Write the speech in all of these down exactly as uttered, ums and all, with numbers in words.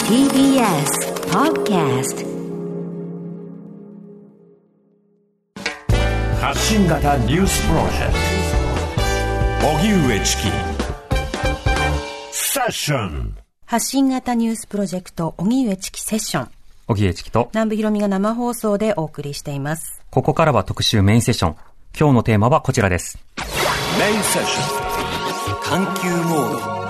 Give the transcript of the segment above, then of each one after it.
ティービーエス Podcast 発信型ニュースプロジェクト荻上チキセッション。 発信型ニュースプロジェクト荻上チキセッション、 荻上チキと南部ひろみが生放送でお送りしています。 ここからは特集メインセッション。今日のテーマはこちらです。 メインセッション探求モード。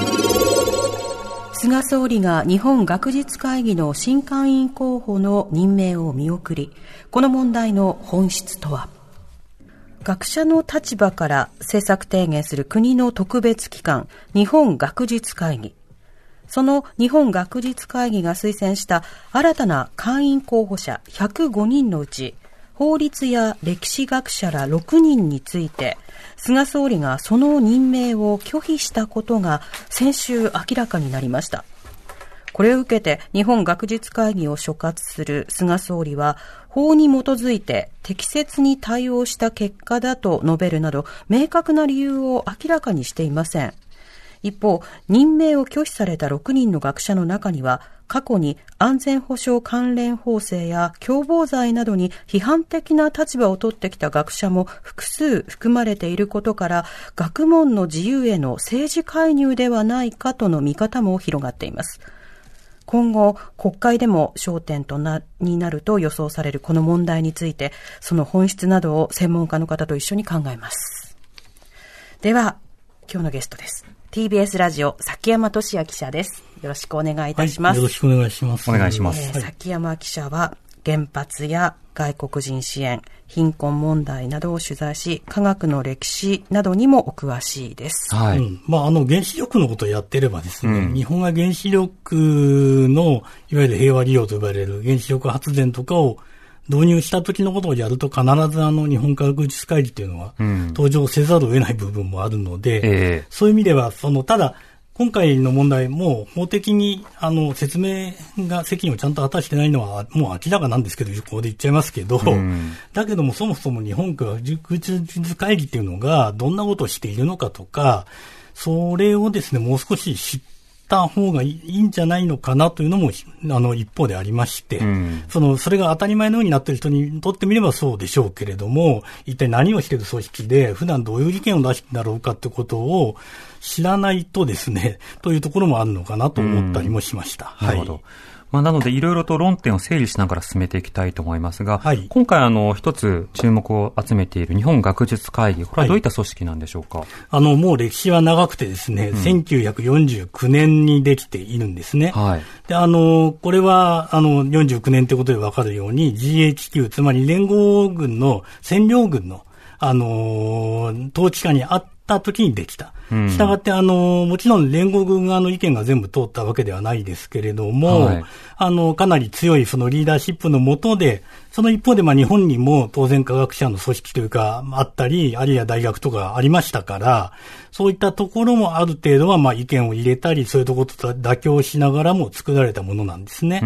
菅総理が日本学術会議の新会員候補の任命を見送り、この問題の本質とは。学者の立場から政策提言する国の特別機関、日本学術会議。その日本学術会議が推薦した新たな会員候補者ひゃくごにんのうち、法律や歴史学者らろくにんについて、菅総理がその任命を拒否したことが先週明らかになりました。これを受けて日本学術会議を所轄する菅総理は、法に基づいて適切に対応した結果だと述べるなど、明確な理由を明らかにしていません。一方、任命を拒否されたろくにんの学者の中には、過去に安全保障関連法制や共謀罪などに批判的な立場を取ってきた学者も複数含まれていることから、学問の自由への政治介入ではないかとの見方も広がっています。今後、国会でも焦点となになると予想されるこの問題について、その本質などを専門家の方と一緒に考えます。では、今日のゲストです。ティービーエス ラジオ崎山俊也記者です。よろしくお願いいたします。 はい、よろしくお願いします。 お願いします。 えー、崎山記者は原発や外国人支援、貧困問題などを取材し、科学の歴史などにもお詳しいです。 はい。うん、まあ、あの、原子力のことをやってればですね、うん、日本が原子力の、いわゆる平和利用と呼ばれる原子力発電とかを導入した時のことをやると、必ずあの日本科学技術会議というのは登場せざるを得ない部分もあるので、うんえー、そういう意味では、その、ただ、今回の問題も法的にあの説明が責任をちゃんと果たしてないのはもう明らかなんですけど、ここで言っちゃいますけど、うん、だけどもそもそも日本科学技術会議っていうのがどんなことをしているのかとか、それをですね、もう少し知った方がいいんじゃないのかなというのもあの一方でありまして、うん、そのそれが当たり前のようになっている人にとってみればそうでしょうけれども、一体何をしている組織で普段どういう意見を出しているんだろうかということを知らないとですね、というところもあるのかなと思ったりもしました。 うん、なるほど。はい、まあ、なのでいろいろと論点を整理しながら進めていきたいと思いますが、はい、今回あの一つ注目を集めている日本学術会議、これはどういった組織なんでしょうか。はい、あのもう歴史は長くてですね、うん、せんきゅうひゃくよんじゅうきゅうねんにできているんですね。はい、であのこれはあのよんじゅうきゅうねんということで分かるように ジーエイチキュー、つまり連合軍の占領軍のあの統治下にあった時にできた。したがって、あの、もちろん連合軍側の意見が全部通ったわけではないですけれども、はい、あの、かなり強いそのリーダーシップの下で、その一方で、まあ日本にも当然科学者の組織というか、あったり、あるいは大学とかありましたから、そういったところもある程度は、まあ意見を入れたり、そういうところと妥協しながらも作られたものなんですね。うん、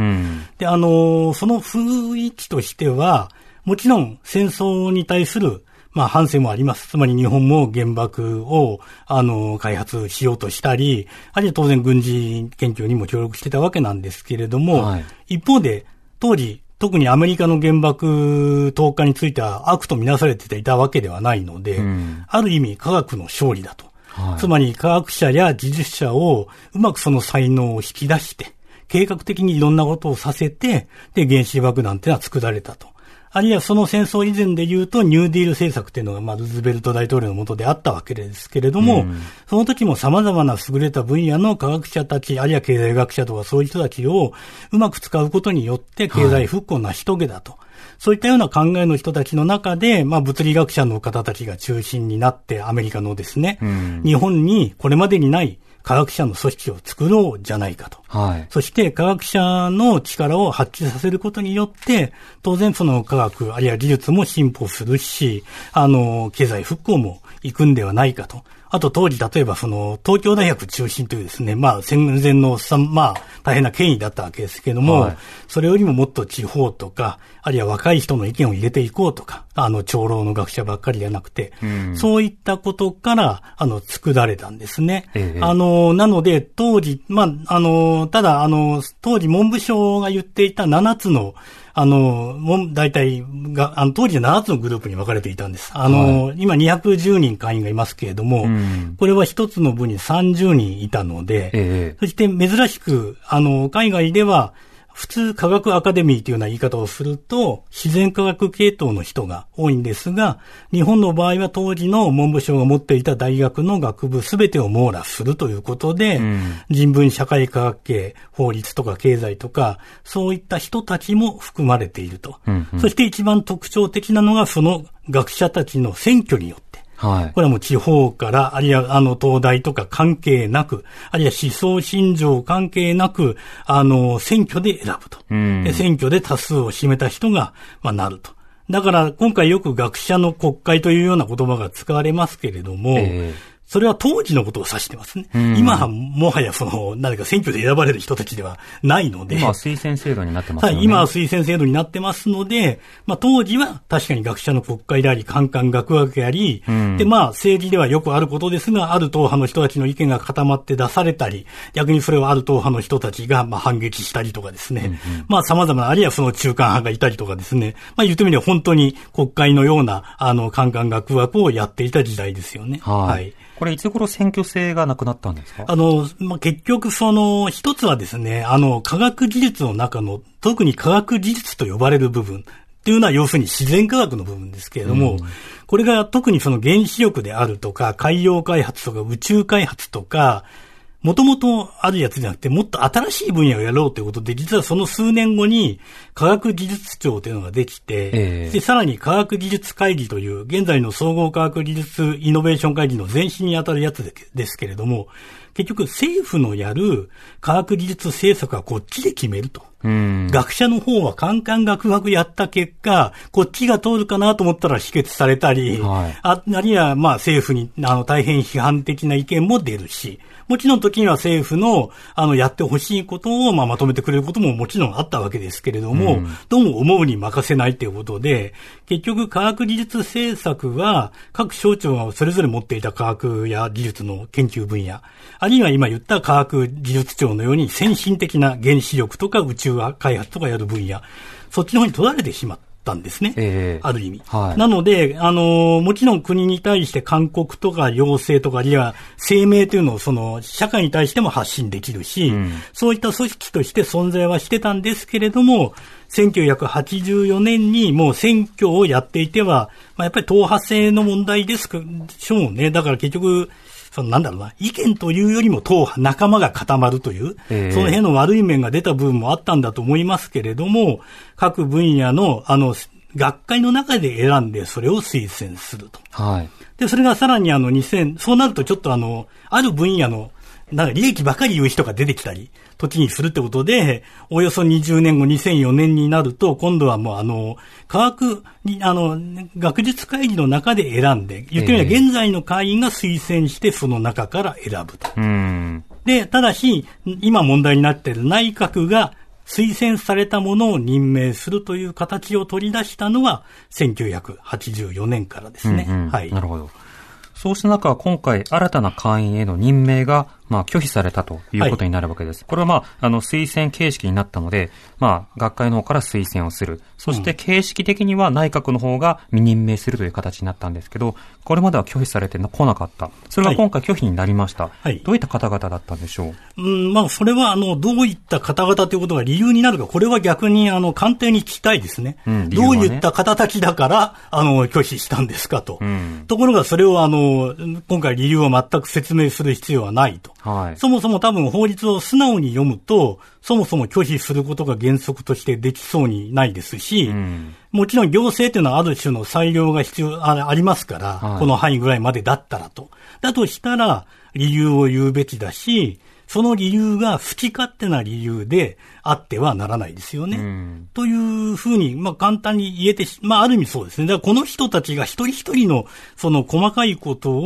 で、あの、その雰囲気としては、もちろん戦争に対するまあ反省もあります。つまり日本も原爆をあの開発しようとしたり、あるいは当然軍事研究にも協力してたわけなんですけれども、はい、一方で当時特にアメリカの原爆投下については悪とみなされていたわけではないので、うん、ある意味科学の勝利だと、はい。つまり科学者や技術者をうまくその才能を引き出して、計画的にいろんなことをさせて、で原子爆弾っていうのは作られたと。あるいはその戦争以前で言うとニューディール政策っていうのがまあルーズベルト大統領の下であったわけですけれども、うん、その時も様々な優れた分野の科学者たち、あるいは経済学者とかそういう人たちをうまく使うことによって経済復興を成し遂げたと。はい、そういったような考えの人たちの中で、まあ物理学者の方たちが中心になってアメリカのですね、うん、日本にこれまでにない科学者の組織を作ろうじゃないかと。はい。そして科学者の力を発揮させることによって、当然その科学あるいは技術も進歩するし、あの、経済復興も行くんではないかと。 あと当時、例えばその、東京大学中心というですね、まあ戦前のさ、まあ大変な権威だったわけですけども、はい、それよりももっと地方とか、あるいは若い人の意見を入れていこうとか、あの、長老の学者ばっかりじゃなくて、うん、そういったことから、あの、作られたんですね。ええ、あの、なので、当時、まあ、あの、ただ、あの、当時文部省が言っていたななつの、あの、もう、大体が、あの、当時はななつのグループに分かれていたんです。あの、はい、今にひゃくじゅうにん会員がいますけれども、うん、これは一つの部にさんじゅうにんいたので、ええ、そして珍しく、あの、海外では、普通科学アカデミーというような言い方をすると自然科学系統の人が多いんですが、日本の場合は当時の文部省が持っていた大学の学部すべてを網羅するということで、うん、人文社会科学系、法律とか経済とかそういった人たちも含まれていると、うんうん、そして一番特徴的なのがその学者たちの選挙によってはい、これはもう地方から、あるいはあの東大とか関係なく、あるいは思想信条関係なく、あの選挙で選ぶと。うん、で選挙で多数を占めた人が、まあ、なると。だから今回よく学者の国会というような言葉が使われますけれども、えーそれは当時のことを指してますね。うん、今はもはやその、何か選挙で選ばれる人たちではないので。 今は推薦制度になってますよね。 はい、今は推薦制度になってますので、まあ当時は確かに学者の国会であり、官官学学であり、うん、でまあ政治ではよくあることですが、ある党派の人たちの意見が固まって出されたり、逆にそれをある党派の人たちがまあ反撃したりとかですね。うんうん、まあ様々な、あるいはその中間派がいたりとかですね。まあ言ってみれば本当に国会のような、あの、官官学学をやっていた時代ですよね。 はい。はいこれいつ頃選挙制がなくなったんですか？ あの、まあ、結局その一つはですね、あの科学技術の中の特に科学技術と呼ばれる部分っていうのは要するに自然科学の部分ですけれども、うん、これが特にその原子力であるとか海洋開発とか宇宙開発とかもともとあるやつじゃなくてもっと新しい分野をやろうということで、実はその数年後に科学技術庁というのができて、えー、でさらに科学技術会議という現在の総合科学技術イノベーション会議の前身にあたるやつですけれども、結局政府のやる科学技術政策はこっちで決めると。うん学者の方は官官学学やった結果、こっちが通るかなと思ったら否決されたり、はい、あ, あるいはまあ政府にあの大変批判的な意見も出るし、もちろん時には政府のあのやってほしいことをまあまとめてくれることももちろんあったわけですけれども、うん、どうも思うに任せないということで、結局科学技術政策は各省庁がそれぞれ持っていた科学や技術の研究分野、あるいは今言った科学技術庁のように先進的な原子力とか宇宙開発とかやる分野、そっちの方に取られてしまったんですね。えー、ある意味。はい、なので、あのー、もちろん国に対して勧告とか要請とか、あるいは声明というのをその社会に対しても発信できるし、うん、そういった組織として存在はしてたんですけれども、せんきゅうひゃくはちじゅうよねんにもう選挙をやっていては、まあ、やっぱり党派制の問題ですでしょうね。だから結局、そのなんだろうな、意見というよりも党派、仲間が固まるという、えー、その辺の悪い面が出た部分もあったんだと思いますけれども、各分野の、あの、学会の中で選んでそれを推薦すると。はい。で、それがさらにあのにせん、そうなるとちょっとあの、ある分野の、なんか利益ばかり言う人が出てきたり、時にするってことで、およそにじゅうねんご、にせんよねんになると、今度はもうあの、科学に、あの、学術会議の中で選んで、言ってみれば現在の会員が推薦してその中から選ぶと。うん、で、ただし、今問題になっている内閣が推薦されたものを任命するという形を取り出したのは、せんきゅうひゃくはちじゅうよねんからですね。 うんうん、 はい。 なるほど。そうした中、今回新たな会員への任命が、まあ、拒否されたということになるわけです。はい、これはまあ、あの、推薦形式になったので、まあ、学会の方から推薦をする。そして形式的には内閣の方が未任命するという形になったんですけど、これまでは拒否されてこなかった。それが今回拒否になりました。はい、どういった方々だったんでしょう？うん、まあ、それは、あの、どういった方々ということが理由になるか、これは逆に、あの、官邸に聞きたいですね。うん、ねどういった方たちだから、あの、拒否したんですかと。うん、ところが、それを、あの、今回理由は全く説明する必要はないと。はい、そもそも多分法律を素直に読むと、そもそも拒否することが原則としてできそうにないですし、うん、もちろん行政というのはある種の裁量が必要あ、ありますから、はい、この範囲ぐらいまでだったらと。だとしたら理由を言うべきだし、その理由が好き勝手な理由であってはならないですよね。うん、というふうに、まあ簡単に言えて、まあある意味そうですね。だからこの人たちが一人一人のその細かいことを言って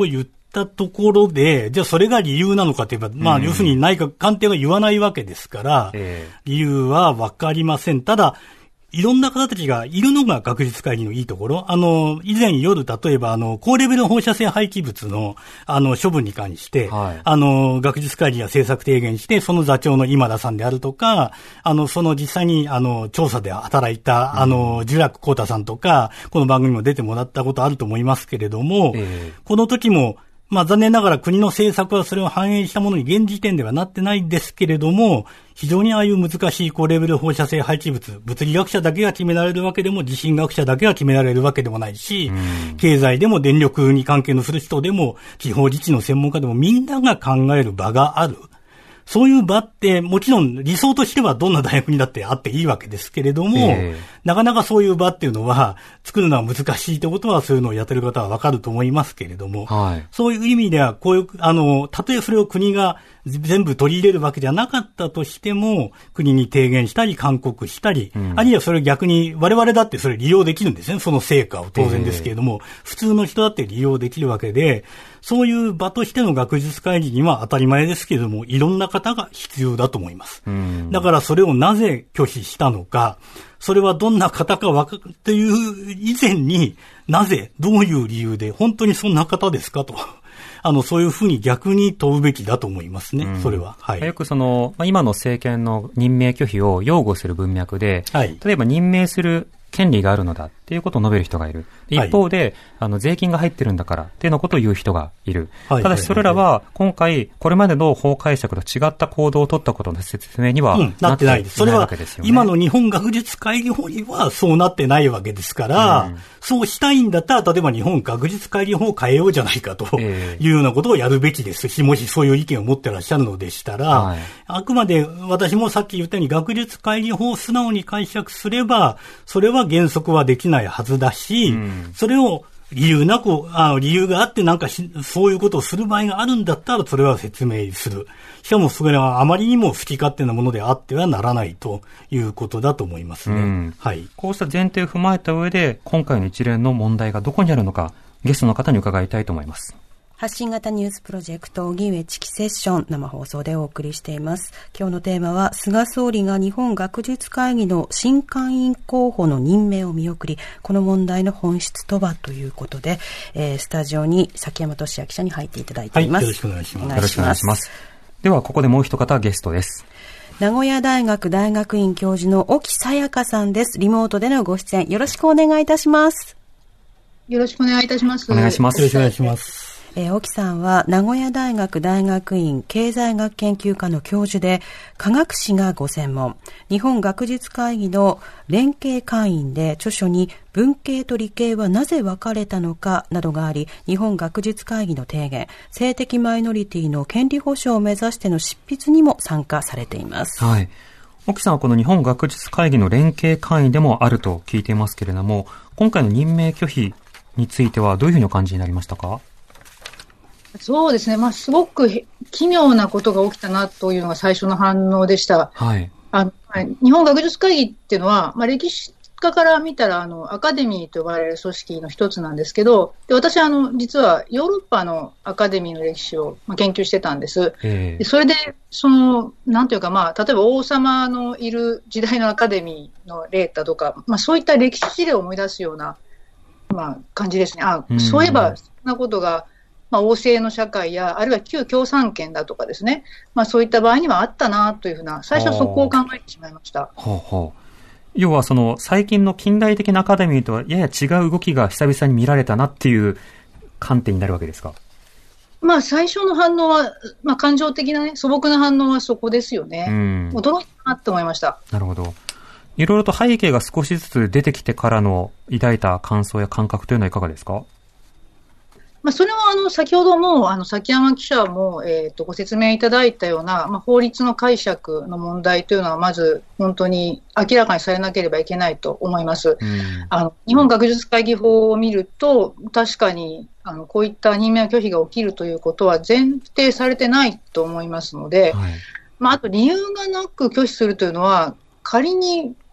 ったところで、じゃあそれが理由なのかといえば、まあ、要するに内閣官邸は言わないわけですから、えー、理由はわかりません。ただ、いろんな方たちがいるのが学術会議のいいところ。あの、以前夜、例えば、あの、高レベル放射性廃棄物の、あの、処分に関して、はい、あの、学術会議が政策提言して、その座長の今田さんであるとか、あの、その実際に、あの、調査で働いた、うん、あの、ジュラクコータさんとか、この番組も出てもらったことあると思いますけれども、えー、この時も、まあ残念ながら国の政策はそれを反映したものに現時点ではなってないんですけれども、非常にああいう難しい高レベル放射性廃棄物、物理学者だけが決められるわけでも、地震学者だけが決められるわけでもないし、経済でも電力に関係のする人でも、地方自治の専門家でもみんなが考える場がある。そういう場って、もちろん理想としてはどんな大学にだってあっていいわけですけれども、えー、なかなかそういう場っていうのは、作るのは難しいということは、そういうのをやってる方はわかると思いますけれども、はい、そういう意味では、こういう、あの、たとえそれを国が全部取り入れるわけじゃなかったとしても、国に提言したり、勧告したり、うん、あるいはそれ逆に我々だってそれ利用できるんですね、その成果を当然ですけれども、えー、普通の人だって利用できるわけで、そういう場としての学術会議には当たり前ですけれども、いろんな方が必要だと思います。うん、だからそれをなぜ拒否したのか、それはどんな方かわかるという以前に、なぜ、どういう理由で、本当にそんな方ですかと。あの、そういうふうに逆に問うべきだと思いますね、うん、それは。はい。 よくその、今の政権の任命拒否を擁護する文脈で、はい、例えば任命する権利があるのだっていうことを述べる人がいる。一方で、はい、あの、税金が入ってるんだからっていうのことを言う人がいる。はい、ただしそれらは、今回、これまでの法解釈と違った行動を取ったことの説明には、うん、なってないです。それは、 今の日本学術会議法にはそうなってないわけですから、うん、そうしたいんだったら、例えば日本学術会議法を変えようじゃないかというようなことをやるべきですし、もしそういう意見を持ってらっしゃるのでしたら、はい、あくまで私もさっき言ったように学術会議法を素直に解釈すれば、それは原則はできないはずだし、うん、それを理由なく、あの理由があってなんかしそういうことをする場合があるんだったらそれは説明する。しかもそれはあまりにも好き勝手なものであってはならないということだと思いますね。うん、はい。 こうした前提を踏まえた上で今回の一連の問題がどこにあるのかゲストの方に伺いたいと思います。 発信型ニュースプロジェクト荻上チキセッション生放送でお送りしています。今日のテーマは菅総理が日本学術会議の新会員候補の任命を見送り、この問題の本質とはということで、えー、スタジオに崎山俊也記者に入っていただいています。 はい、よろしくお願いします。 よろしくお願いします。ではここでもう一方ゲストです。 名古屋大学大学院教授の沖さやかさんです。リモートでのご出演よろしくお願いいたします。 よろしくお願いいたします。 お願いします。 よろしくお願いします。 えー、沖さんは名古屋大学大学院経済学研究科の教授で科学史がご専門、日本学術会議の連携会員で著書に文系と理系はなぜ分かれたのかなどがあり、日本学術会議の提言、性的マイノリティの権利保障を目指しての執筆にも参加されています。 はい。沖さんはこの日本学術会議の連携会員でもあると聞いていますけれども、今回の任命拒否についてはどういうふうにお感じになりましたか？ そうですね、まあ、すごく奇妙なことが起きたなというのが最初の反応でした。はい、あの日本学術会議っていうのは、まあ、歴史家から見たらあのアカデミーと呼ばれる組織の一つなんですけど、で私はあの実はヨーロッパのアカデミーの歴史を、まあ、研究してたんです。でそれでそのなんていうか、まあ、例えば王様のいる時代のアカデミーの例だとか、まあ、そういった歴史例を思い出すような、まあ、感じですね。あ、そういえばそんなことがまあ、王政の社会や、あるいは旧共産圏だとかですね、まあ、そういった場合にはあったなというふうな、最初はそこを考えてしまいました。 ほうほう。要はその最近の近代的なアカデミーとはやや違う動きが久々に見られたなっていう観点になるわけですか？ まあ、最初の反応は、まあ、感情的な、ね、素朴な反応はそこですよね。うん、驚いたなと思いました。 なるほど。いろいろと背景が少しずつ出てきてからの抱いた感想や感覚というのはいかがですか？ まあ、それはあの先ほどもあの崎山記者も、えー、とご説明いただいたような、まあ、法律の解釈の問題というのはまず本当に明らかにされなければいけないと思います。うん、あの日本学術会議法を見ると確かにあのこういった任命拒否が起きるということは前提されてないと思いますので、はい、まあ、あと理由がなく拒否するというのは仮に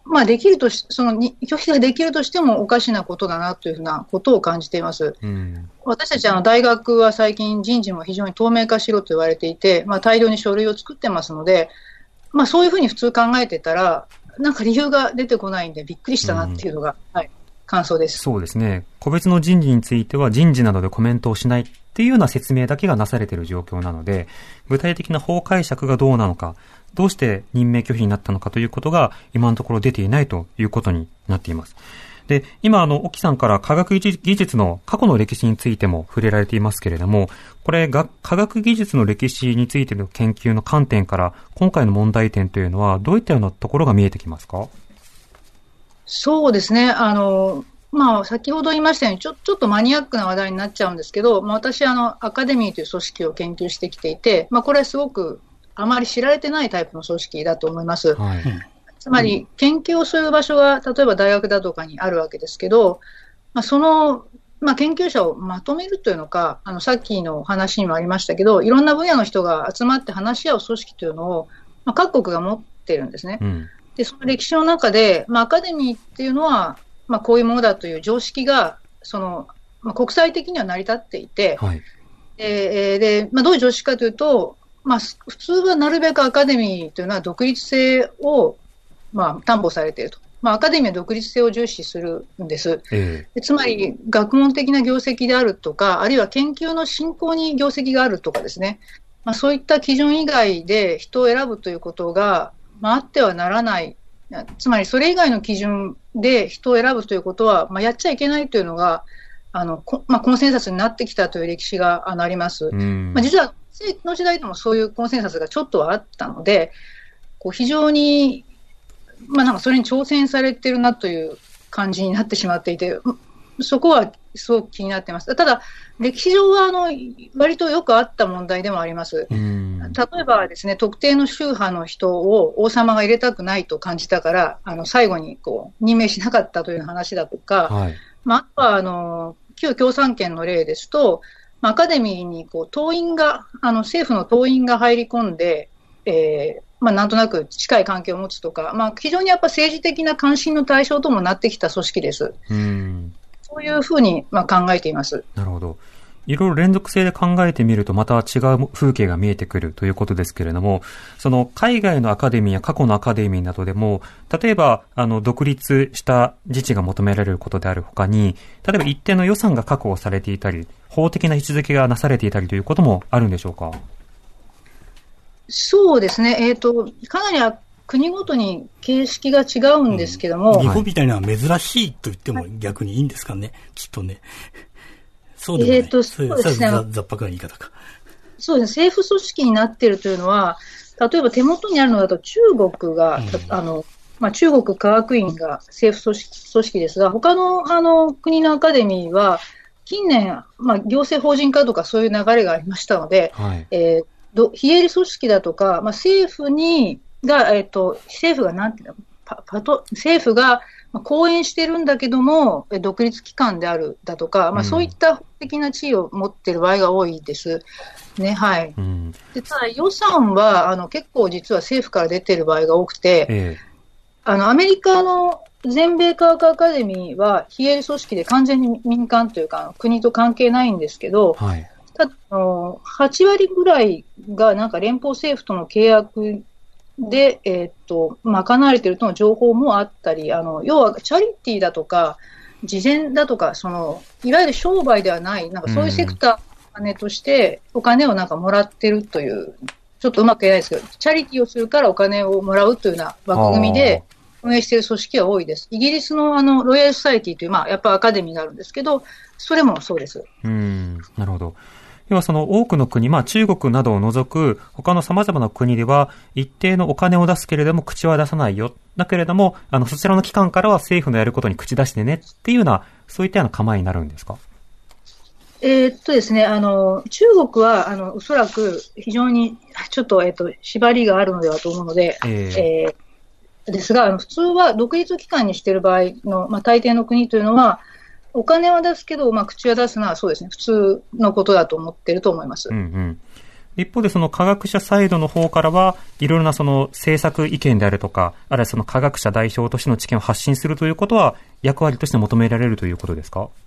まあできるとし、その拒否ができるとしてもおかしなことだなというふうなことを感じています。うん、私たちあの大学は最近人事も非常に透明化しろと言われていて、まあ大量に書類を作ってますので、まあそういうふうに普通考えてたら、なんか理由が出てこないんでびっくりしたなっていうのが、うん、はい、感想です。 そうですね。個別の人事については人事などでコメントをしないっていうような説明だけがなされている状況なので、具体的な法解釈がどうなのか、どうして任命拒否になったのかということが今のところ出ていないということになっています。で、今あの、沖さんから科学技術の過去の歴史についても触れられていますけれども、これが科学技術の歴史についての研究の観点から今回の問題点というのはどういったようなところが見えてきますか？ そうですね。あの、まあ、先ほど言いましたようにちょ、ちょっとマニアックな話題になっちゃうんですけど、まあ、私あの、アカデミーという組織を研究してきていて、まあ、これはすごくあまり知られてないタイプの組織だと思います。はい、つまり、研究をする場所が、例えば大学だとかにあるわけですけど、まあ、その、まあ、研究者をまとめるというのか、あの、さっきの話にもありましたけど、いろんな分野の人が集まって話し合う組織というのを、まあ、各国が持っているんですね。うん、で、その歴史の中で、まあ、アカデミーっていうのは、まあ、こういうものだという常識が、その、まあ、国際的には成り立っていて、はい、で、でまあ、どういう常識かというと、まあ、普通はなるべくアカデミーというのは独立性を、まあ、担保されていると。まあ、アカデミーは独立性を重視するんです。えー、つまり、学問的な業績であるとか、あるいは研究の進行に業績があるとかですね。まあ、そういった基準以外で人を選ぶということが、まあ、あってはならない。つまり、それ以外の基準で人を選ぶということは、まあ、やっちゃいけないというのが、あの、まあ、コンセンサスになってきたという歴史があります。まあ、実は、の時代でもそういうコンセンサスがちょっとはあったので、こう非常に、まあなんかそれに挑戦されてるなという感じになってしまっていて、そこはすごく気になっています。ただ、歴史上はあの割とよくあった問題でもあります。例えばですね、特定の宗派の人を王様が入れたくないと感じたから、あの最後にこう任命しなかったという話だとか、はい、まあ、あとはあの旧共産圏の例ですと、アカデミーにこう党員が、あの政府の党員が入り込んで、えーまあ、なんとなく近い関係を持つとか、まあ、非常にやっぱ政治的な関心の対象ともなってきた組織です。うん、そういうふうにまあ考えています。 なるほど。いろいろ連続性で考えてみるとまた違う風景が見えてくるということですけれども、その海外のアカデミーや過去のアカデミーなどでも、例えばあの独立した自治が求められることであるほかに、例えば一定の予算が確保されていたり、法的な位置づけがなされていたりということもあるんでしょうか？ そうですね。えっと、かなり国ごとに形式が違うんですけども、 うん、日本みたいなのは珍しいと言っても逆にいいんですかね、はい、きっとね。そうでもない。えーと、そうですね。雑白な言い方か。 そうですね。政府組織になっているというのは、例えば手元にあるのだと中国が、うん、あの、まあ、中国科学院が政府組織、組織ですが、他の、あの、国のアカデミーは、近年、まあ、行政法人化とかそういう流れがありましたので、はい、えー、ど非営利組織だとか、まあ、政府に、が、えっと、政府がなんていうの、パ、パト、政府が、講演してるんだけども、独立機関であるだとか、まあ、そういった法的な地位を持っている場合が多いです。ね、はい。うん、でただ予算は、あの、結構実は政府から出ている場合が多くて、ええ、あの、アメリカの全米科学アカデミーは非営利組織で完全に民間というか、国と関係ないんですけど、はい、ただ、はち割ぐらいがなんか連邦政府との契約で、えー、っと、賄われているとの情報もあったり、あの、要はチャリティーだとか、慈善だとか、その、いわゆる商売ではない、なんかそういうセクターのお金として、お金をなんかもらってるという、ちょっとうまく言えないですけど、チャリティーをするからお金をもらうというような枠組みで運営している組織は多いです。イギリスのあの、ロイヤルソサイティという、まあ、やっぱアカデミーがあるんですけど、それもそうです。 うん、なるほど。要はその多くの国、まあ中国などを除く他の様々な国では一定のお金を出すけれども口は出さないよ。だけれども、あのそちらの機関からは政府のやることに口出してねっていうような、そういったような構えになるんですか？ えー、っとですね、あの、中国は、あの、おそらく非常にちょっと、えー、っと、縛りがあるのではと思うので、えーえー、ですが、あの普通は独立機関にしている場合の、まあ大抵の国というのは、お金は出すけど、まあ、口は出すのはそうですね、普通のことだと思っていると思います。うんうん。 一方でその科学者サイドの方からはいろいろなその政策意見であるとか、あるいはその科学者代表としての知見を発信するということは役割として求められるということですか？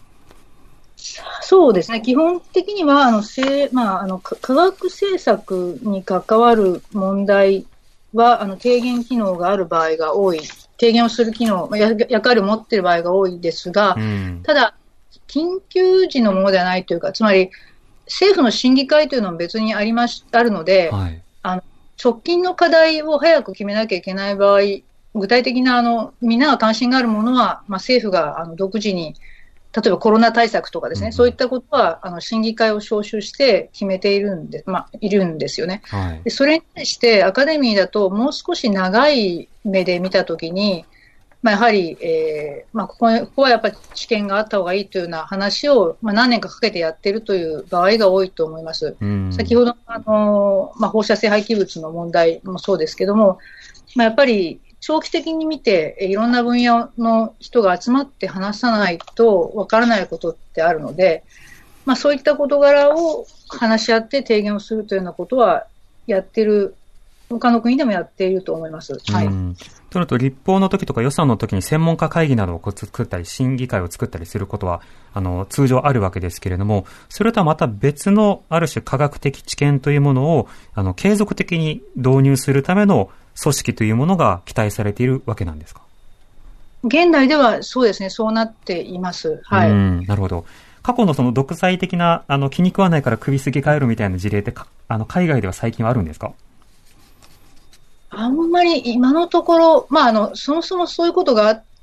そうですね。基本的には、あの、せまあ、あの、科学政策に関わる問題は、あの、提言機能がある場合が多い。提言をする機能、役割を持っている場合が多いですが、うん、ただ、緊急時のものではないというか、つまり、政府の審議会というのも別にありまし、あるので、はい、あの、直近の課題を早く決めなきゃいけない場合、具体的な、あの、みんなが関心があるものは、まあ、政府が、あの、独自に、例えばコロナ対策とかですね、うん、そういったことは、あの、審議会を招集して決めているんで、まあ、いるんですよね。はい、でそれに対してアカデミーだと、もう少し長い目で見たときに、まあ、やはり、えー、まあ、ここ、ここはやっぱり知見があった方がいいというような話を、まあ、何年かかけてやっているという場合が多いと思います。うん、先ほど、あの、まあ、放射性廃棄物の問題もそうですけども、まあ、やっぱり、長期的に見て、いろんな分野の人が集まって話さないとわからないことってあるので、まあそういった事柄を話し合って提言をするというようなことはやってる、他の国でもやっていると思います。はい。 となると、立法の時とか予算の時に専門家会議などを作ったり、審議会を作ったりすることは、あの、通常あるわけですけれども、それとはまた別の、ある種科学的知見というものを、あの、継続的に導入するための組織というものが期待されているわけなんですか？ 現代ではそうですね、そうなっています。はい。うん、 なるほど。過去のその独裁的な、あの、気に食わないから首すげ替えるみたいな事例って、あの、海外では最近はあるんですか？ あんまり今のところ、まあ、あの、そもそもそういうことがあって、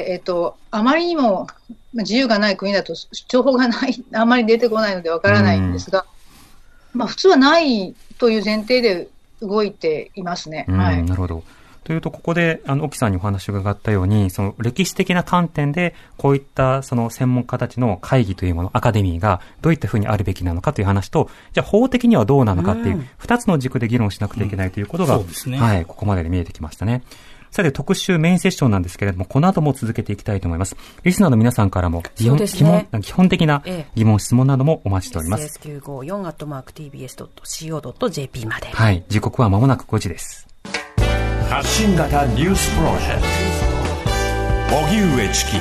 えっと、あまりにも自由がない国だと情報がない、あんまり出てこないのでわからないんですが、まあ、普通はないという前提で動いていますね。はい。 なるほど。というと、ここで、あの、沖さんにお話を伺ったように、その歴史的な観点で、こういったその専門家たちの会議というもの、アカデミーがどういったふうにあるべきなのかという話と、じゃあ法的にはどうなのかっていう、二つの軸で議論しなくてはいけないということが、うんそうですね、はい、ここまでで見えてきましたね。さて、特集メインセッションなんですけれども、この後も続けていきたいと思います。リスナーの皆さんからも疑問、ね、疑問基本的な疑問、質問などもお待ちしております。 エスエスきゅうごよん アットマーク ティービーエス ドット シーオー ドット ジェーピー まで。 はい、時刻は間もなくごじです。 発信型ニュースプロジェクト荻上チキ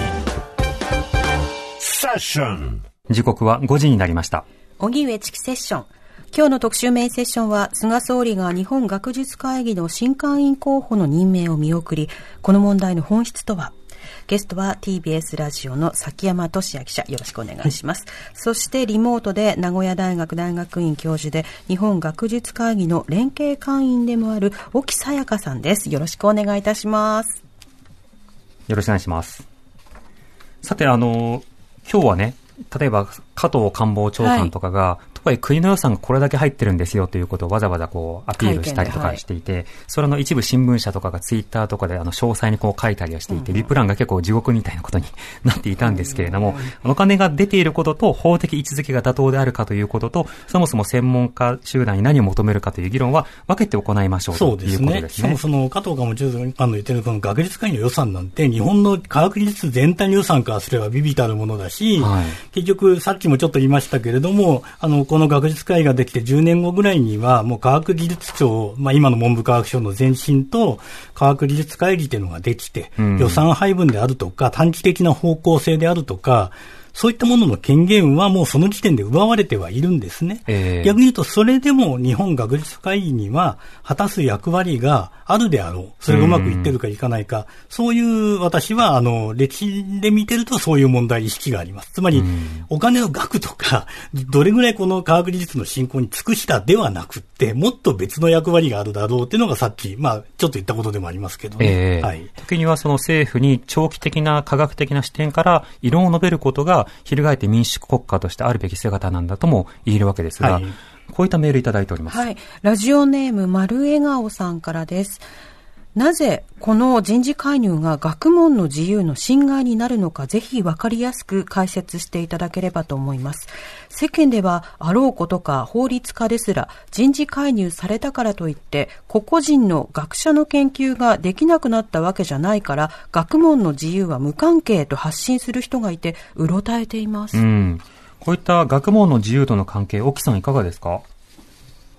セッション。 時刻はごじになりました。 荻上チキセッション。今日の特集メインセッションは、菅総理が日本学術会議の新会員候補の任命を見送り、この問題の本質とは。ゲストは ティービーエス ラジオの崎山俊也記者、よろしくお願いします。はい、そしてリモートで名古屋大学大学院教授で日本学術会議の連携会員でもある沖さやかさんです。よろしくお願いいたします。 よろしくお願いします。さて、あの今日はね、例えば加藤官房長官とかが、はい、とか国の予算がこれだけ入ってるんですよということをわざわざこうアピールしたりとかしていて、はい、それの一部新聞社とかがツイッターとかであの詳細にこう書いたりはしていて、うん、リプランが結構地獄みたいなことになっていたんですけれども、うん、お金が出ていることと法的位置づけが妥当であるかということと、そもそも専門家集団に何を求めるかという議論は分けて行いましょうということですね。そうですね。しかもその加藤官房長官の言ってるこの学術会議の予算なんて日本の科学技術全体の予算からすれば微々たるものだし、はい、結局さっきもちょっと言いましたけれども、あのこの学術会議ができてじゅうねんごぐらいにはもう科学技術庁、まあ、今の文部科学省の前身と科学技術会議というのができて、うん、予算配分であるとか短期的な方向性であるとか、そういったものの権限はもうその時点で奪われてはいるんですね。えー、逆に言うとそれでも日本学術会議には果たす役割があるであろう。それがうまくいってるかいかないか。そういう私はあの歴史で見てるとそういう問題意識があります。つまりお金の額とかどれぐらいこの科学技術の振興に尽くしたではなくってもっと別の役割があるだろうっていうのがさっきまあちょっと言ったことでもありますけどね。 えー、はい。時にはその政府に長期的な科学的な視点から異論を述べることが翻って民主国家としてあるべき姿なんだとも言えるわけですが、はい、こういったメールいただいております。 はい、ラジオネーム丸笑顔さんからです。なぜこの人事介入が学問の自由の侵害になるのか、ぜひ分かりやすく解説していただければと思います。世間ではあろうことか法律家ですら人事介入されたからといって個々人の学者の研究ができなくなったわけじゃないから、学問の自由は無関係と発信する人がいてうろたえています。 うん、こういった学問の自由との関係、沖さんいかがですか？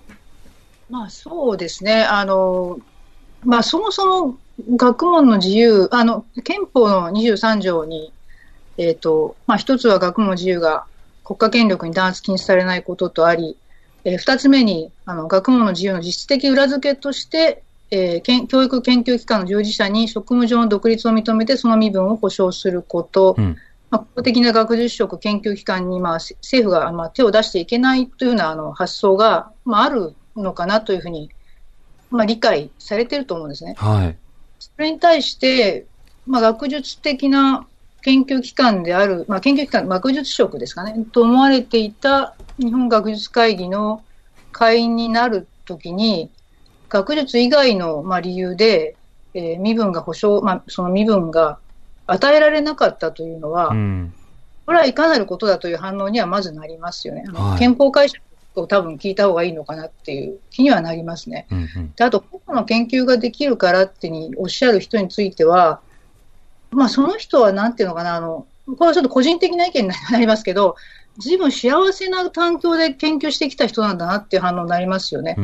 まあそうですね。あの、まあそもそも学問の自由、あの、憲法のにじゅうさん条に、えっと、まあ一つは学問の自由が国家権力に弾圧禁止されないこととあり、えー、二つ目に、あの、学問の自由の実質的裏付けとして、えー、教育研究機関の従事者に職務上の独立を認めてその身分を保障すること、うん、まあ、公的な学術職研究機関に、まあ、政府が、まあ、手を出していけないというようなあの発想が、まあ、あるのかなというふうに、まあ、理解されていると思うんですね。 はい、 それに対して、まあ、学術的な研究機関である、まあ、研究機関、学術職ですかね、と思われていた日本学術会議の会員になるときに、学術以外の、まあ、理由で、えー、身分が保障、まあ、その身分が与えられなかったというのは、うん、これはいかなることだという反応にはまずなりますよね。あの、はい、憲法解釈を多分聞いた方がいいのかなっていう気にはなりますね。うんうん、であと、個々の研究ができるからってにおっしゃる人については、まあ、その人はなんていうのかな、あの、これはちょっと個人的な意見になりますけど、随分幸せな環境で研究してきた人なんだなっていう反応になりますよね。うん、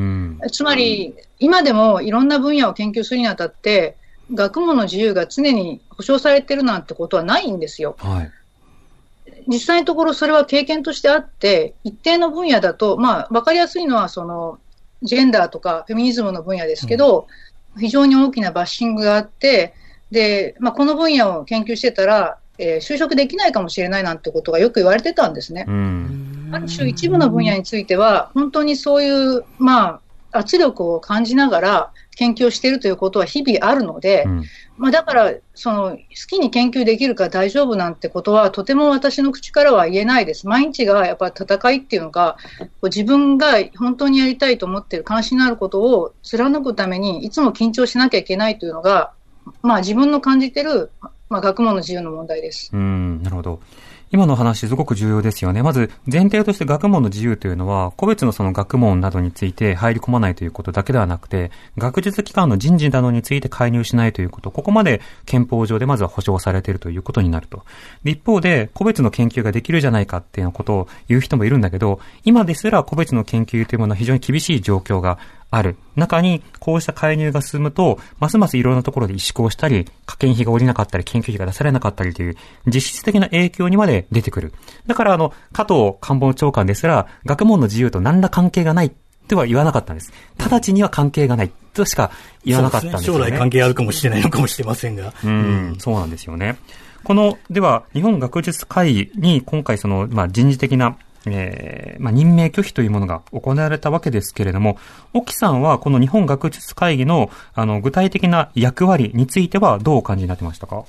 つまり、今でもいろんな分野を研究するにあたって、学問の自由が常に保障されてるなんてことはないんですよ。はい、実際のところそれは経験としてあって、一定の分野だと、まあ、わかりやすいのはその、ジェンダーとかフェミニズムの分野ですけど、うん、非常に大きなバッシングがあって、で、まあ、この分野を研究してたら、えー、就職できないかもしれないなんてことがよく言われてたんですね。うん、ある種一部の分野については本当にそういう、まあ、圧力を感じながら研究をしているということは日々あるので、うん、まあ、だからその好きに研究できるから大丈夫なんてことはとても私の口からは言えないです。毎日がやっぱり戦いっていうのが自分が本当にやりたいと思っている関心のあることを貫くためにいつも緊張しなきゃいけないというのが、まあ、自分の感じているまあ、学問の自由の問題です。 うん、なるほど。今の話すごく重要ですよね。まず前提として学問の自由というのは個別のその学問などについて入り込まないということだけではなくて、学術機関の人事などについて介入しないということ、ここまで憲法上でまずは保障されているということになると。で、一方で個別の研究ができるじゃないかっていうことを言う人もいるんだけど、今ですら個別の研究というものは非常に厳しい状況がある中に、こうした介入が進むとますますいろんなところで萎縮をしたり、科研費が下りなかったり、研究費が出されなかったりという実質的な影響にまで出てくる。だからあの加藤官房長官ですら学問の自由と何ら関係がないとは言わなかったんです。直ちには関係がないとしか言わなかったんですよね。 将来関係あるかもしれないのかもしれませんが、 うん、うん、そうなんですよね。このでは日本学術会議に今回その、まあ、人事的なえーまあ、任命拒否というものが行われたわけですけれども、沖さんはこの日本学術会議の、あの具体的な役割についてはどうお感じになってましたか？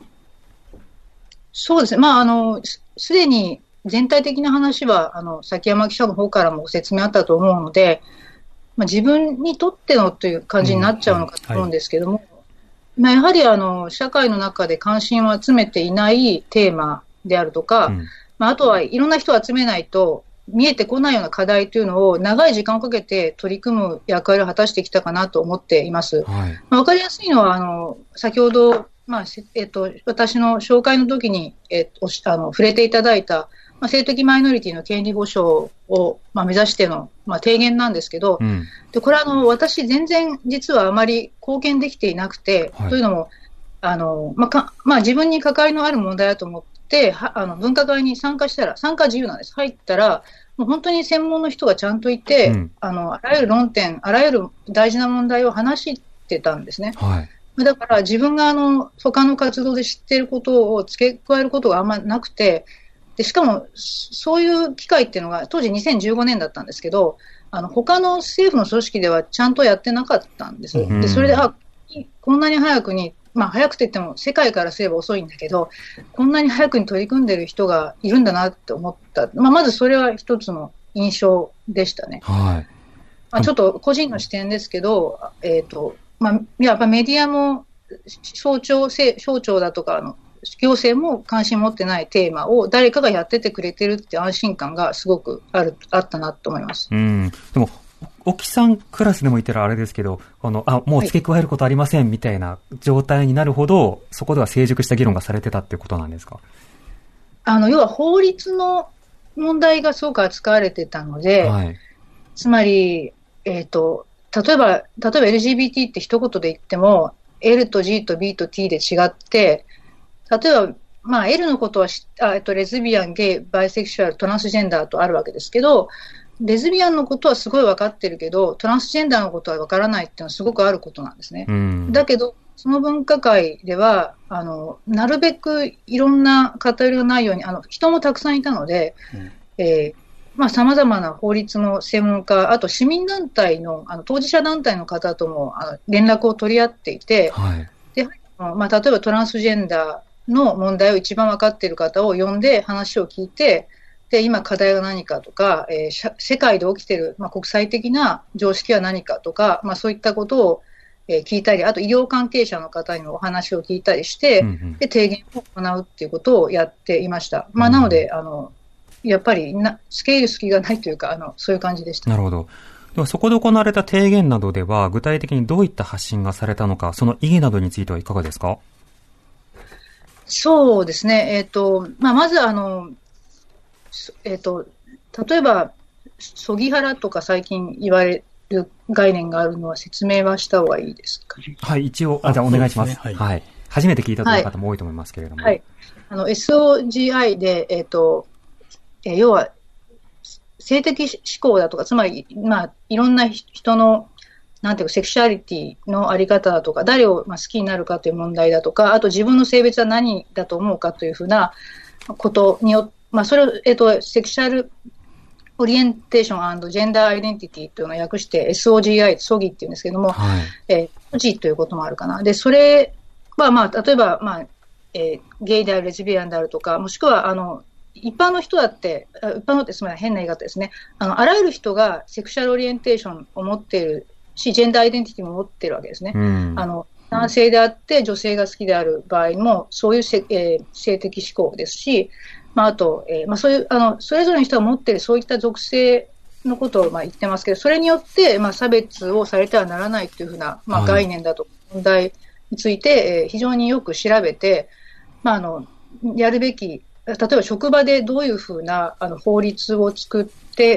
そうですね、まあ、あのすでに全体的な話はあの崎山記者の方からもご説明あったと思うので、まあ、自分にとってのという感じになっちゃうのかと思うんですけども、うんはい、まあ、やはりあの社会の中で関心を集めていないテーマであるとか、うんまあ、あとはいろんな人を集めないと見えてこないような課題というのを長い時間をかけて取り組む役割を果たしてきたかなと思っています。はいまあ、分かりやすいのはあの先ほど、まあえっと、私の紹介の時に、えっと、あの触れていただいた、まあ、性的マイノリティの権利保障を、まあ、目指しての、まあ、提言なんですけど、うん、でこれはあの私全然実はあまり貢献できていなくて、はい、というのもあの、まあかまあ、自分に関わりのある問題だと思ってであの分科会に参加したら、参加自由なんです。入ったら、もう本当に専門の人がちゃんといて、うん、あのあらゆる論点、あらゆる大事な問題を話してたんですね。はい、だから自分があの他の活動で知っていることを付け加えることがあんまりなくて、でしかもそういう機会っていうのが当時にせんじゅうごねんだったんですけど、あの他の政府の組織ではちゃんとやってなかったんです。うん、でそれであこんなに早くにまあ、早くて言っても世界からすれば遅いんだけど、こんなに早くに取り組んでいる人がいるんだなって思った、まあ、まずそれは一つの印象でしたね。はいまあ、ちょっと個人の視点ですけど、えーとまあ、やっぱメディアも省庁、省庁だとかの行政も関心持ってないテーマを誰かがやっててくれてるって安心感がすごくあるあったなと思います。 うんでも沖さんクラスでもいたらあれですけど、あの、あ、もう付け加えることありませんみたいな状態になるほど、はい、そこでは成熟した議論がされてたっていうことなんですか？ あの、要は法律の問題がすごく扱われてたので、はい、つまり、えっと、 例えば、例えば エルジービーティー って一言で言っても、L と G と B と T で違って、例えば、まあ、L のことはあ、えっと、レズビアン、ゲイ、バイセクシュアル、トランスジェンダーとあるわけですけど、レズビアンのことはすごい分かってるけど、トランスジェンダーのことは分からないっていうのはすごくあることなんですね。うん、だけど、その分科会では、あの、なるべくいろんな偏りがないように、あの、人もたくさんいたので、うん、えー、まあ、様々な法律の専門家、あと市民団体の、あの、当事者団体の方とも、あの、連絡を取り合っていて、はい、で、まあ、例えばトランスジェンダーの問題を一番分かっている方を呼んで話を聞いて、で、今課題が何かとか、えー、世界で起きている、まあ、国際的な常識は何かとか、まあ、そういったことを、えー、聞いたり、あと医療関係者の方にもお話を聞いたりして、うんうん、で、提言を行うっていうことをやっていました。まあ、なので、あの、やっぱりな、スケール隙がないというか、あの、そういう感じでした。 なるほど。では、そこで行われた提言などでは、具体的にどういった発信がされたのか、その意義などについてはいかがですか？ そうですね。えっと、まあ、まず、あの、えっと、例えば、そぎはらとか最近言われる概念があるのは説明はした方がいいですかね。 はい、一応、あ、じゃあお願いします。すね、はい、はい。初めて聞いたという方も多いと思いますけれども。 はい。はい、あの、エスオージーアイ で、えっと、えー、要は、性的指向だとか、つまり、まあ、いろんな人の、なんていうか、セクシュアリティのあり方だとか、誰をまあ好きになるかという問題だとか、あと自分の性別は何だと思うかというふうなことによって、まあ、それを、えっと、セクシュアルオリエンテーション&ジェンダーアイデンティティというのを訳して エスオージーアイ、ソギっていうんですけども、はい、えー、G ということもあるかな。で、それは、まあ、例えば、まあ、えー、ゲイである、レズビアンであるとか、もしくは、あの、一般の人だって、一般のってつまり変な言い方ですね。あの、あらゆる人がセクシュアルオリエンテーションを持っているし、ジェンダーアイデンティティも持っているわけですね。うん、あの、男性であって女性が好きである場合も、そういうせ、えー、性的指向ですし、まあ、あと、えー、まあ、そういう、あの、それぞれの人が持っているそういった属性のことをまあ言ってますけど、それによって、まあ、差別をされてはならないというふうな、まあ、概念だと問題について、えー、非常によく調べて、まあ、あの、やるべき、例えば職場でどういうふうなあの法律を作って、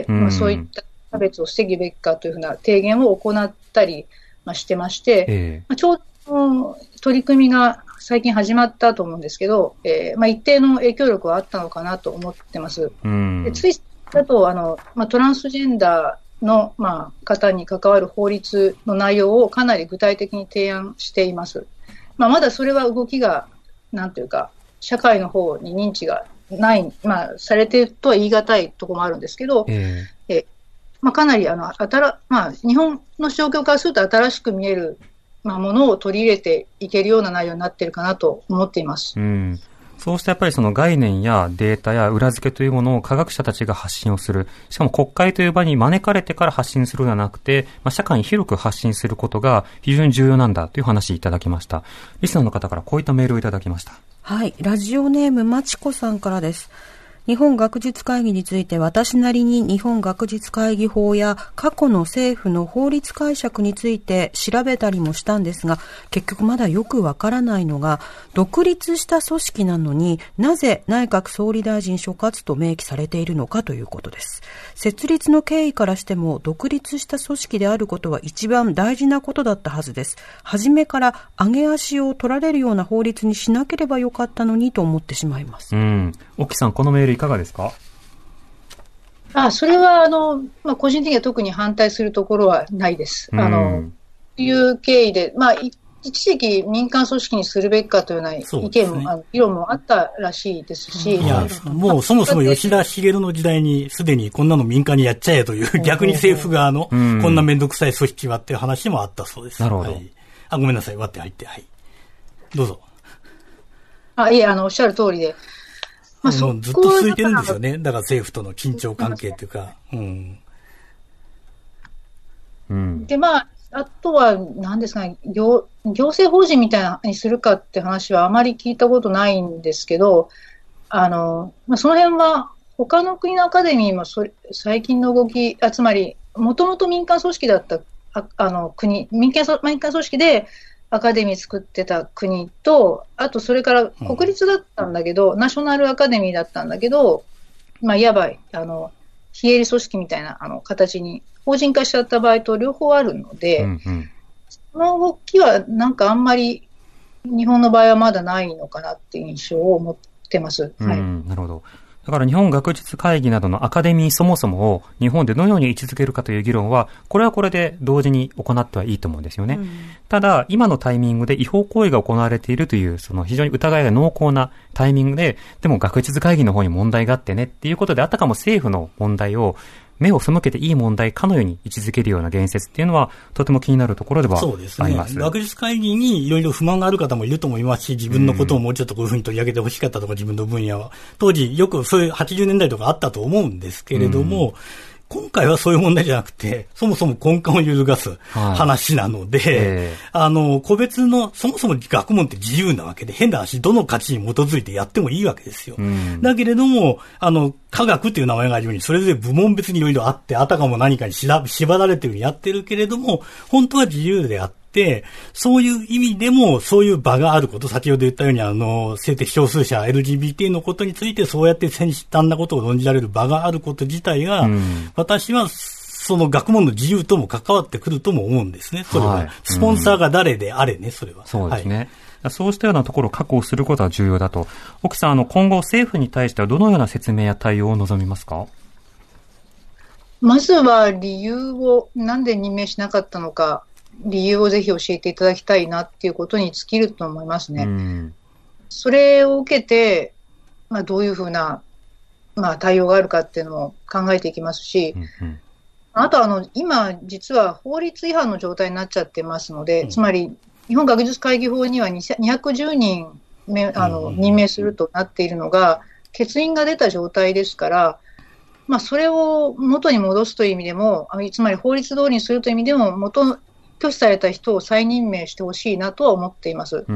まあ、そういった差別を防ぐべきかというふうな提言を行ったり、まあ、してまして、えーまあ、ちょうど取り組みが最近始まったと思うんですけど、えーまあ、一定の影響力はあったのかなと思ってます。でついだとあの、まあ、トランスジェンダーの、まあ、方に関わる法律の内容をかなり具体的に提案しています。まあ、まだそれは動きがなんというか社会の方に認知がない、まあ、されているとは言い難いところもあるんですけど、えーえまあ、かなりあのあたら、まあ、日本の状況からすると新しく見える、まあ、ものを取り入れていけるような内容になっているかなと思っています。 うん、そうしたやっぱりその概念やデータや裏付けというものを科学者たちが発信をする。しかも国会という場に招かれてから発信するのではなくて、まあ、社会に広く発信することが非常に重要なんだという話いただきました。リスナーの方からこういったメールをいただきました。 はい。ラジオネームまちこさんからです。日本学術会議について私なりに日本学術会議法や過去の政府の法律解釈について調べたりもしたんですが、結局まだよくわからないのが、独立した組織なのになぜ内閣総理大臣所轄と明記されているのかということです。設立の経緯からしても独立した組織であることは一番大事なことだったはずです。初めから上げ足を取られるような法律にしなければよかったのにと思ってしまいます。 うん。沖さん、このメールいかがですか？ あ、それはあの、まあ、個人的には特に反対するところはないです。あの、という経緯で、まあ、一時期民間組織にするべきかというような意見も、ね、あの議論もあったらしいですし。 いや、もうそもそも吉田茂の時代にすでにこんなの民間にやっちゃえという、逆に政府側のこんなめんどくさい組織はっていう話もあったそうです。 なるほど。 はい、あ、ごめんなさい、割って入って、はい。どうぞ。 あ、いえ、あの、おっしゃる通りで。 まあ、そもうずっと続いてるんですよね。だから政府との緊張関係っていうか。うん。 うん、で、まあ、あとは、何ですかね、行、行政法人みたいなにするかって話はあまり聞いたことないんですけど、あの、まあ、その辺は、他の国のアカデミーもそれ最近の動き、あつまり、もともと民間組織だった、あ, あの国、民間、民間組織で、アカデミー作ってた国と、あとそれから国立だったんだけど、うん、ナショナルアカデミーだったんだけど、まあ、いわば、あの、非営利組織みたいなあの形に法人化しちゃった場合と両方あるので、うんうん、その動きはなんかあんまり日本の場合はまだないのかなっていう印象を持ってます。はい、うん、 なるほど。だから日本学術会議などのアカデミーそもそもを日本でどのように位置づけるかという議論は、これはこれで同時に行ってはいいと思うんですよね。うん、ただ、今のタイミングで違法行為が行われているという、その非常に疑いが濃厚なタイミングで、でも学術会議の方に問題があってねっていうことで、あたかも政府の問題を目を背けていい問題かのように位置づけるような言説っていうのはとても気になるところではあります。そうですね。 学術会議にいろいろ不満がある方もいると思いますし、自分のことをもうちょっとこういうふうに取り上げてほしかったとか、自分の分野は当時よくそういうはちじゅうねんだいとかあったと思うんですけれども、うん、今回はそういう問題じゃなくて、そもそも根幹を揺るがす話なので、はいえー、あの、個別の、そもそも学問って自由なわけで、変な話、どの価値に基づいてやってもいいわけですよ。うん、だけれども、あの、科学っていう名前があるように、それぞれ部門別にいろいろあって、あたかも何かに縛られてるようにやってるけれども、本当は自由であって、で、そういう意味でも、そういう場があること、先ほど言ったように、あの、性的少数者、エルジービーティー のことについて、そうやって先端なことを論じられる場があること自体が、うん、私は、その学問の自由とも関わってくるとも思うんですね。それは、はい、スポンサーが誰であれね、それは。 そうですね。はい、そうしたようなところを確保することは重要だと。沖さん、あの、今後政府に対してはどのような説明や対応を望みますか？ まずは理由を、なんで任命しなかったのか、理由をぜひ教えていただきたいなっていうことに尽きると思いますね。うん、それを受けて、まあ、どういうふうな、まあ、対応があるかっていうのを考えていきますし、うんうん、あとあの今実は法律違反の状態になっちゃってますので、うん、つまり日本学術会議法にはにひゃくじゅうにんあの任命するとなっているのが欠員が出た状態ですから、まあ、それを元に戻すという意味でも、つまり法律通りにするという意味でも元拒否された人を再任命してほしいなとは思っています。 うん、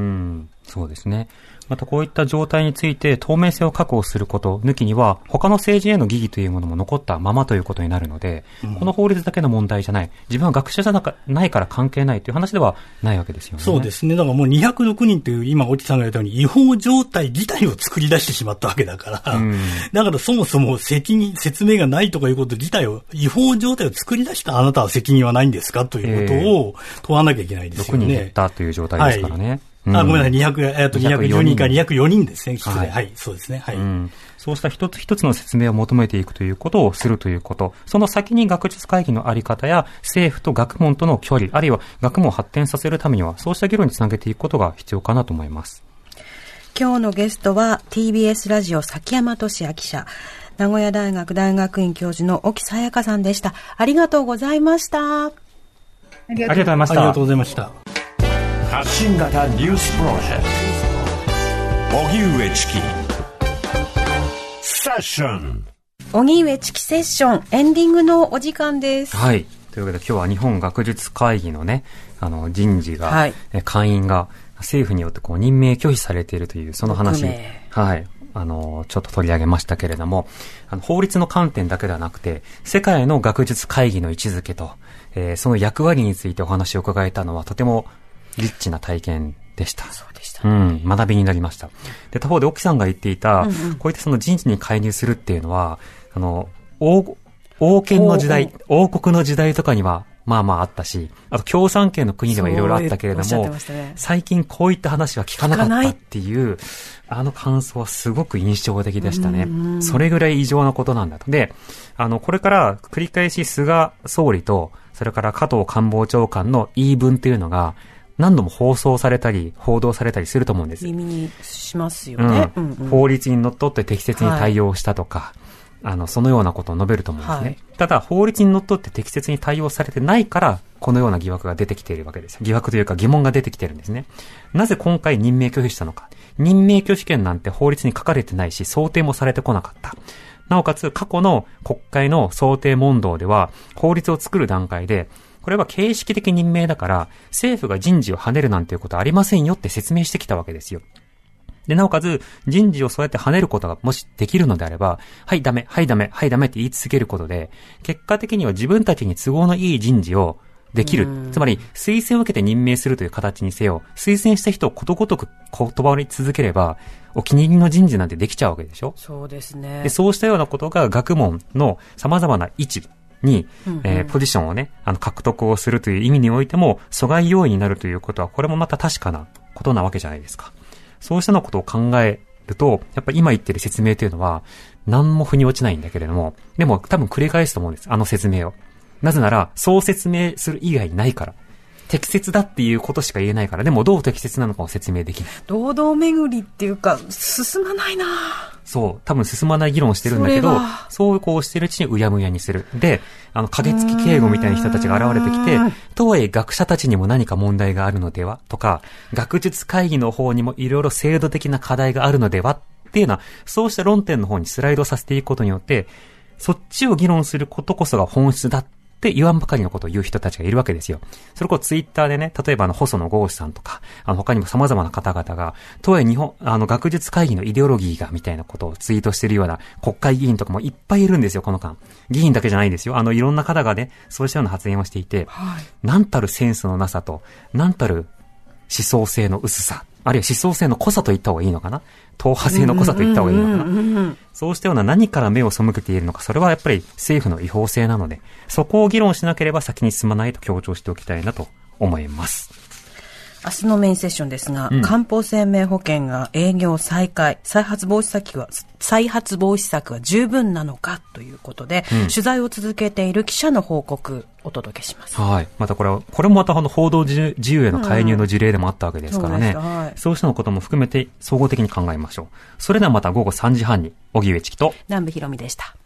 そうですね。またこういった状態について透明性を確保すること抜きには他の政治への疑義というものも残ったままということになるので、うん、この法律だけの問題じゃない、自分は学者じゃないから関係ないという話ではないわけですよね。 そうですね。だからもうにひゃくろくにんという今沖さんが言ったように違法状態自体を作り出してしまったわけだから、うん、だからそもそも責任説明がないとかいうこと自体を違法状態を作り出したあなたは責任はないんですかということを問わなきゃいけないですよね。 ろくにん減ったという状態ですからね。はい、 あ、ごめんなさい、にひゃく、えっと、にひゃくじゅうにんからにひゃくよにんですね、失礼。はい、はい、そうですね。はい、うん。 そうした一つ一つの説明を求めていくということをするということ、その先に学術会議のあり方や政府と学問との距離、あるいは学問を発展させるためには、そうした議論につなげていくことが必要かなと思います。 今日のゲストは ティービーエス ラジオ崎山俊也記者、名古屋大学大学院教授の沖さやかさんでした。ありがとうございました。ありがとうございました。 ありがとうございました。 発信型ニュースプロジェクト荻上チキセッション、 荻上チキセッションエンディングのお時間です。 はい、というわけで今日は日本学術会議のね、あの人事が、はい、会員が政府によってこう任命拒否されているというその話、はい、あのちょっと取り上げましたけれども、あの法律の観点だけではなくて世界の学術会議の位置づけと、えー、その役割についてお話を伺えたのはとてもリッチな体験でした。 そうでした。 うん、学びになりました。で、他方で沖さんが言っていた、うんうん、こういったその人事に介入するっていうのは、あの、王、王権の時代、王国の時代とかには、まあまああったし、あと共産圏の国ではいろいろあったけれども、ね、最近こういった話は聞かなかったっていう、あの感想はすごく印象的でしたね。それぐらい異常なことなんだと。で、あの、これから繰り返し菅総理と、それから加藤官房長官の言い分っていうのが、何度も放送されたり報道されたりすると思うんです。 耳にしますよね、 うんうんうん、法律にのっとって適切に対応したとか、はい、あのそのようなことを述べると思うんですね、はい、ただ法律にのっとって適切に対応されてないからこのような疑惑が出てきているわけです。疑惑というか疑問が出てきているんですね。なぜ今回任命拒否したのか。任命拒否権なんて法律に書かれてないし想定もされてこなかった。なおかつ過去の国会の想定問答では法律を作る段階でこれは形式的任命だから政府が人事を跳ねるなんていうことはありませんよって説明してきたわけですよ。で、なおかつ人事をそうやって跳ねることがもしできるのであれば、はいダメ、はいダメ、はいダメって言い続けることで、結果的には自分たちに都合のいい人事をできる。つまり推薦を受けて任命するという形にせよ、推薦した人をことごとく断り続ければ、お気に入りの人事なんてできちゃうわけでしょ。 そうですね。 で、そうしたようなことが学問の様々な位置に、うんうん、えー、ポジションをね、あの、獲得をするという意味においても、阻害要因になるということは、これもまた確かなことなわけじゃないですか。そうしたのことを考えると、やっぱり今言ってる説明というのは、何も腑に落ちないんだけれども、でも多分繰り返すと思うんです、あの説明を。なぜなら、そう説明する以外ないから。適切だっていうことしか言えないから、でもどう適切なのかを説明できない。 堂々巡りっていうか、進まないな。 そう、多分進まない議論をしてるんだけど、そうこうしてるうちにうやむやにする。で、あの、影付き警護みたいな人たちが現れてきて、とはいえ学者たちにも何か問題があるのではとか、学術会議の方にもいろいろ制度的な課題があるのではっていうのは、そうした論点の方にスライドさせていくことによって、そっちを議論することこそが本質だって言わんばかりのことを言う人たちがいるわけですよ。それこそツイッターでね、例えばあの、細野豪志さんとか、あの、他にも様々な方々が、とはいえ日本、あの、学術会議のイデオロギーが、みたいなことをツイートしてるような国会議員とかもいっぱいいるんですよ、この間。議員だけじゃないんですよ。あの、いろんな方がね、そうしたような発言をしていて、はい、なんたるセンスのなさと、なんたる思想性の薄さ、あるいは思想性の濃さと言った方がいいのかな、党派性の濃さと言った方がいいのかな、そうしたような何から目を背けているのか、それはやっぱり政府の違法性なので、そこを議論しなければ先に進まないと強調しておきたいなと思います。 明日のメインセッションですが、うん、漢方生命保険が営業再開、再発防止策は、再発防止策は十分なのかということで、うん、取材を続けている記者の報告お届けします。 はい。またこれは、これもまたあの報道自由への介入の事例でもあったわけですからね。うん、そう、はい、そうしたのことも含めて総合的に考えましょう。それではまた午後さんじはんに、荻上チキと南部ひろみでした。